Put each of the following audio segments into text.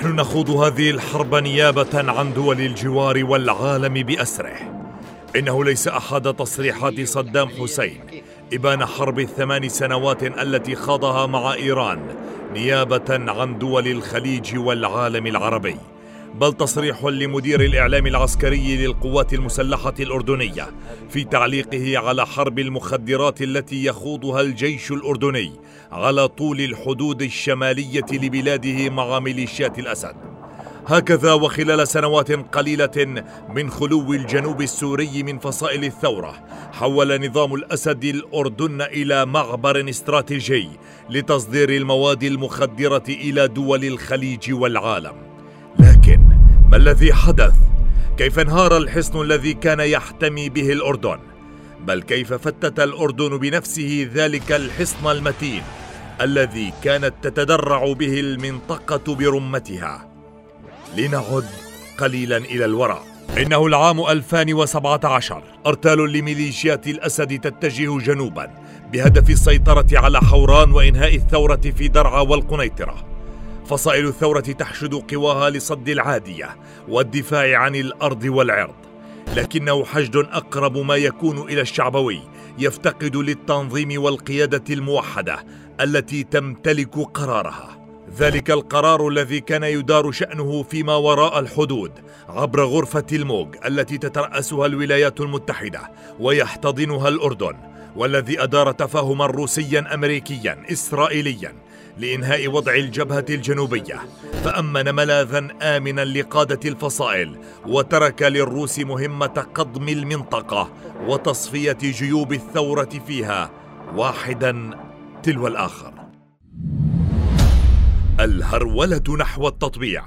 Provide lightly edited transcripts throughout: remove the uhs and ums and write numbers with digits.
نحن نخوض هذه الحرب نيابة عن دول الجوار والعالم بأسره. إنه ليس أحد تصريحات صدام حسين إبان حرب ال8 سنوات التي خاضها مع إيران نيابة عن دول الخليج والعالم العربي، بل تصريح لمدير الإعلام العسكري للقوات المسلحة الأردنية في تعليقه على حرب المخدرات التي يخوضها الجيش الأردني على طول الحدود الشمالية لبلاده مع ميليشيات الأسد. هكذا وخلال سنوات قليلة من خلو الجنوب السوري من فصائل الثورة، حول نظام الأسد الأردن إلى معبر استراتيجي لتصدير المواد المخدرة إلى دول الخليج والعالم. لكن ما الذي حدث؟ كيف انهار الحصن الذي كان يحتمي به الأردن؟ بل كيف فتت الأردن بنفسه ذلك الحصن المتين الذي كانت تتدرع به المنطقة برمتها؟ لنعد قليلا إلى الوراء. إنه العام 2017، أرتال لميليشيات الأسد تتجه جنوبا بهدف السيطرة على حوران وإنهاء الثورة في درعا والقنيطرة. فصائل الثورة تحشد قواها لصد العادية والدفاع عن الأرض والعرض، لكنه حشد أقرب ما يكون إلى الشعبوي، يفتقد للتنظيم والقيادة الموحدة التي تمتلك قرارها. ذلك القرار الذي كان يدار شأنه فيما وراء الحدود عبر غرفة الموج التي تترأسها الولايات المتحدة ويحتضنها الأردن، والذي أدار تفاهما روسيا أمريكيا إسرائيليا لإنهاء وضع الجبهة الجنوبية، فأمن ملاذا آمنا لقادة الفصائل، وترك للروس مهمة قضم المنطقة وتصفية جيوب الثورة فيها واحدا تلو الآخر. الهرولة نحو التطبيع.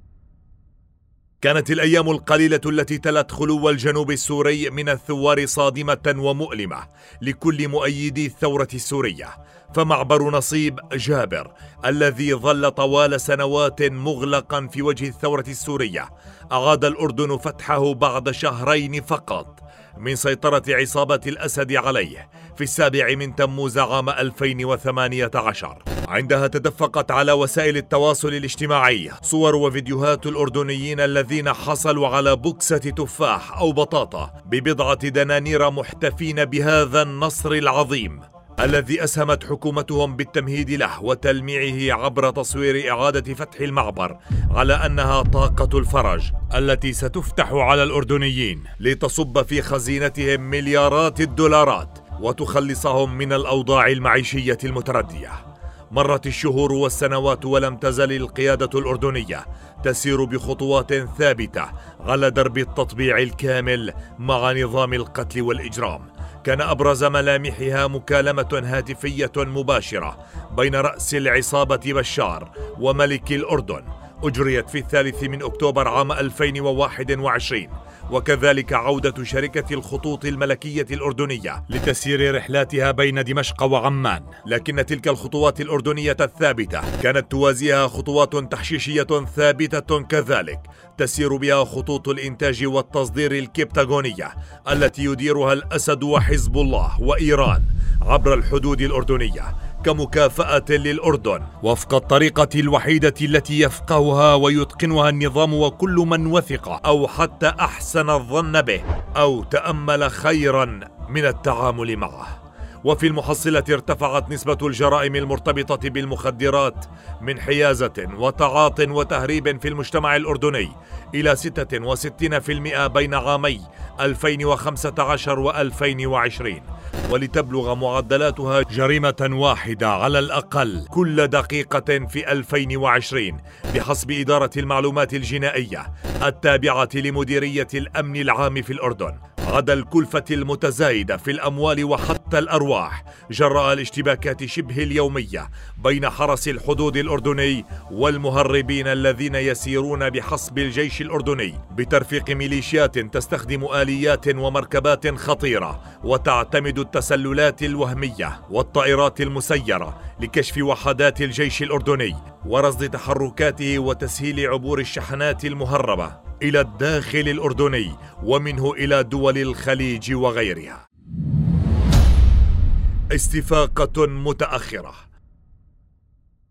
كانت الأيام القليلة التي تلت خلو الجنوب السوري من الثوار صادمة ومؤلمة لكل مؤيدي الثورة السورية، فمعبر نصيب جابر الذي ظل طوال سنوات مغلقا في وجه الثورة السورية أعاد الأردن فتحه بعد شهرين فقط من سيطرة عصابة الأسد عليه في 7 تموز عام 2018. عندها تدفقت على وسائل التواصل الاجتماعي صور وفيديوهات الأردنيين الذين حصلوا على بوكسة تفاح أو بطاطا ب1 دنانير محتفين بهذا النصر العظيم الذي أسهمت حكومتهم بالتمهيد له وتلميعه عبر تصوير إعادة فتح المعبر على أنها طاقة الفرج التي ستفتح على الأردنيين لتصب في خزينتهم مليارات الدولارات وتخلصهم من الأوضاع المعيشية المتردية. مرت الشهور والسنوات ولم تزل القيادة الأردنية تسير بخطوات ثابتة على درب التطبيع الكامل مع نظام القتل والإجرام. كان أبرز ملامحها مكالمة هاتفية مباشرة بين رأس العصابة بشار وملك الأردن، أجريت في 3 أكتوبر عام 2021، وكذلك عودة شركة الخطوط الملكية الأردنية لتسيير رحلاتها بين دمشق وعمان. لكن تلك الخطوات الأردنية الثابتة كانت توازيها خطوات تحشيشية ثابتة كذلك تسير بها خطوط الإنتاج والتصدير الكبتاغونية التي يديرها الأسد وحزب الله وإيران عبر الحدود الأردنية كمكافأة للأردن وفق الطريقة الوحيدة التي يفقهها ويتقنها النظام، وكل من وثق أو حتى أحسن الظن به أو تأمل خيرا من التعامل معه. وفي المحصلة ارتفعت نسبة الجرائم المرتبطة بالمخدرات من حيازة وتعاط وتهريب في المجتمع الأردني إلى 66% بين عامي 2015 و2020، ولتبلغ معدلاتها جريمة واحدة على الأقل كل دقيقة في 2020 بحسب إدارة المعلومات الجنائية التابعة لمديرية الأمن العام في الأردن، عدا الكلفة المتزايدة في الأموال وحتى الأرواح جراء الاشتباكات شبه اليومية بين حرس الحدود الأردني والمهربين الذين يسيرون بحسب الجيش الأردني بترفيق ميليشيات تستخدم آليات ومركبات خطيرة وتعتمد التسللات الوهمية والطائرات المسيرة لكشف وحدات الجيش الأردني ورصد تحركاته وتسهيل عبور الشحنات المهربة إلى الداخل الأردني ومنه إلى دول الخليج وغيرها. استفاقة متأخرة.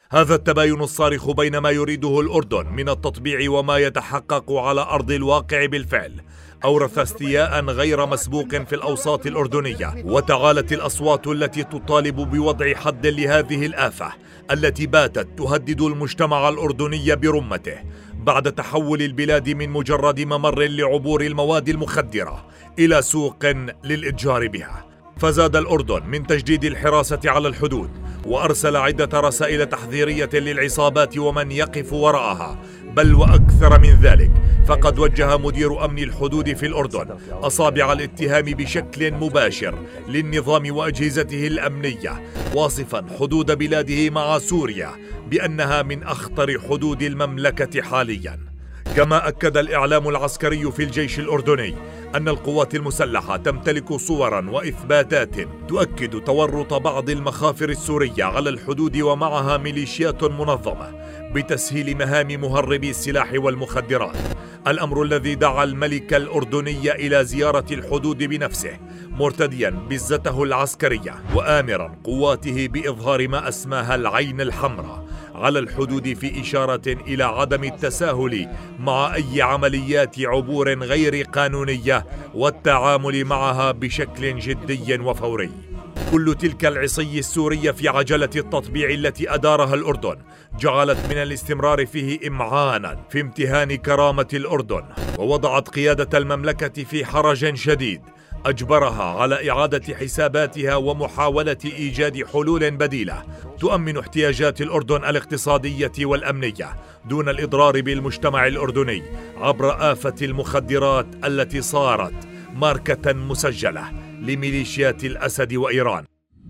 هذا التباين الصارخ بين ما يريده الأردن من التطبيع وما يتحقق على أرض الواقع بالفعل أورث استياء غير مسبوق في الأوساط الأردنية، وتعالت الأصوات التي تطالب بوضع حد لهذه الآفة التي باتت تهدد المجتمع الأردني برمته بعد تحول البلاد من مجرد ممر لعبور المواد المخدرة إلى سوق للإتجار بها. فزاد الأردن من تجديد الحراسة على الحدود، وأرسل عدة رسائل تحذيرية للعصابات ومن يقف وراءها، بل وأكثر من ذلك، فقد وجه مدير أمن الحدود في الأردن أصابع الاتهام بشكل مباشر للنظام وأجهزته الأمنية، واصفا حدود بلاده مع سوريا بأنها من أخطر حدود المملكة حاليا. كما أكد الإعلام العسكري في الجيش الأردني أن القوات المسلحة تمتلك صورا وإثباتات تؤكد تورط بعض المخافر السورية على الحدود ومعها ميليشيات منظمة بتسهيل مهام مهربي السلاح والمخدرات، الأمر الذي دعا الملك الأردني إلى زيارة الحدود بنفسه مرتديا بزته العسكرية وآمرا قواته بإظهار ما أسماها العين الحمراء على الحدود في إشارة إلى عدم التساهل مع أي عمليات عبور غير قانونية والتعامل معها بشكل جدي وفوري. كل تلك العصي السورية في عجلة التطبيع التي أدارها الأردن جعلت من الاستمرار فيه إمعانا في امتهان كرامة الأردن، ووضعت قيادة المملكة في حرج شديد أجبرها على إعادة حساباتها ومحاولة إيجاد حلول بديلة تؤمن احتياجات الأردن الاقتصادية والأمنية دون الإضرار بالمجتمع الأردني عبر آفة المخدرات التي صارت ماركة مسجلة لميليشيات الأسد وإيران.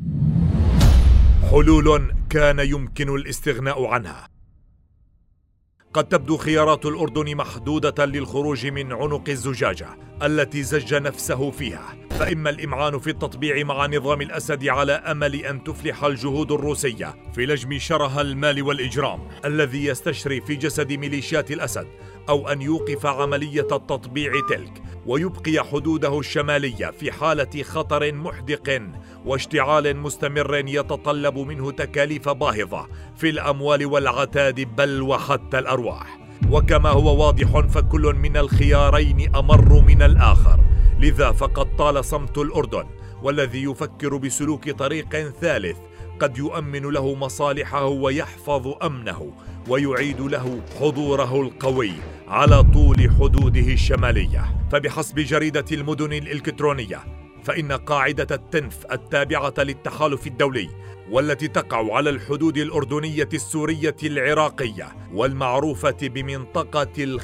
حلول كان يمكن الاستغناء عنها. قد تبدو خيارات الأردن محدودة للخروج من عنق الزجاجة التي زج نفسه فيها، فإما الإمعان في التطبيع مع نظام الأسد على أمل أن تفلح الجهود الروسية في لجم شره المال والإجرام الذي يستشري في جسد ميليشيات الأسد، أو أن يوقف عملية التطبيع تلك ويبقي حدوده الشمالية في حالة خطر محدق واشتعال مستمر يتطلب منه تكاليف باهظة في الأموال والعتاد بل وحتى الأرواح. وكما هو واضح فكل من الخيارين أمر من الآخر، لذا فقد طال صمت الأردن والذي يفكر بسلوك طريق ثالث قد يؤمن له مصالحه ويحفظ أمنه ويعيد له حضوره القوي على طول حدوده الشمالية. فبحسب جريدة المدن الإلكترونية فإن قاعدة التنف التابعة للتحالف الدولي والتي تقع على الحدود الأردنية السورية العراقية والمعروفة بمنطقة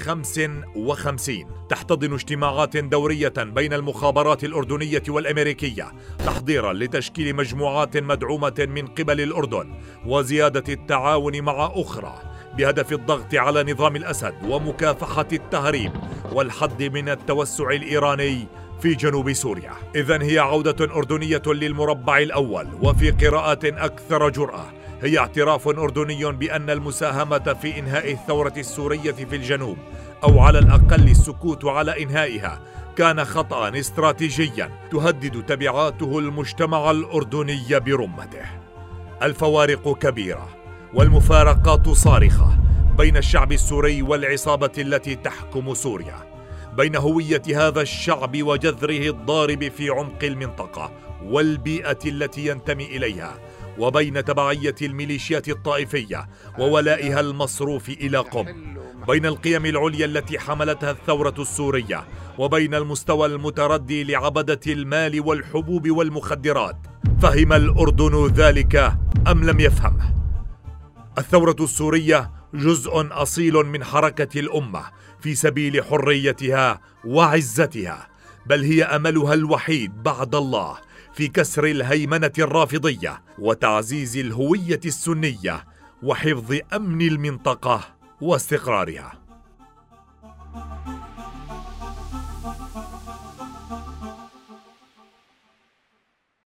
55 تحتضن اجتماعات دورية بين المخابرات الأردنية والأمريكية تحضيرا لتشكيل مجموعات مدعومة من قبل الأردن وزيادة التعاون مع أخرى بهدف الضغط على نظام الأسد ومكافحة التهريب والحد من التوسع الإيراني في جنوب سوريا. إذن هي عودة أردنية للمربع الأول، وفي قراءات أكثر جرأة هي اعتراف أردني بأن المساهمة في إنهاء الثورة السورية في الجنوب أو على الأقل السكوت على إنهائها كان خطأ استراتيجيا تهدد تبعاته المجتمع الأردني برمته. الفوارق كبيرة والمفارقات صارخة بين الشعب السوري والعصابة التي تحكم سوريا، بين هوية هذا الشعب وجذره الضارب في عمق المنطقة والبيئة التي ينتمي إليها، وبين تبعية الميليشيات الطائفية وولائها المصروف إلى قم، بين القيم العليا التي حملتها الثورة السورية وبين المستوى المتردي لعبدة المال والحبوب والمخدرات. فهم الأردن ذلك أم لم يفهمه؟ الثورة السورية جزء أصيل من حركة الأمة في سبيل حريتها وعزتها، بل هي أملها الوحيد بعد الله في كسر الهيمنة الرافضية وتعزيز الهوية السنية وحفظ أمن المنطقة واستقرارها.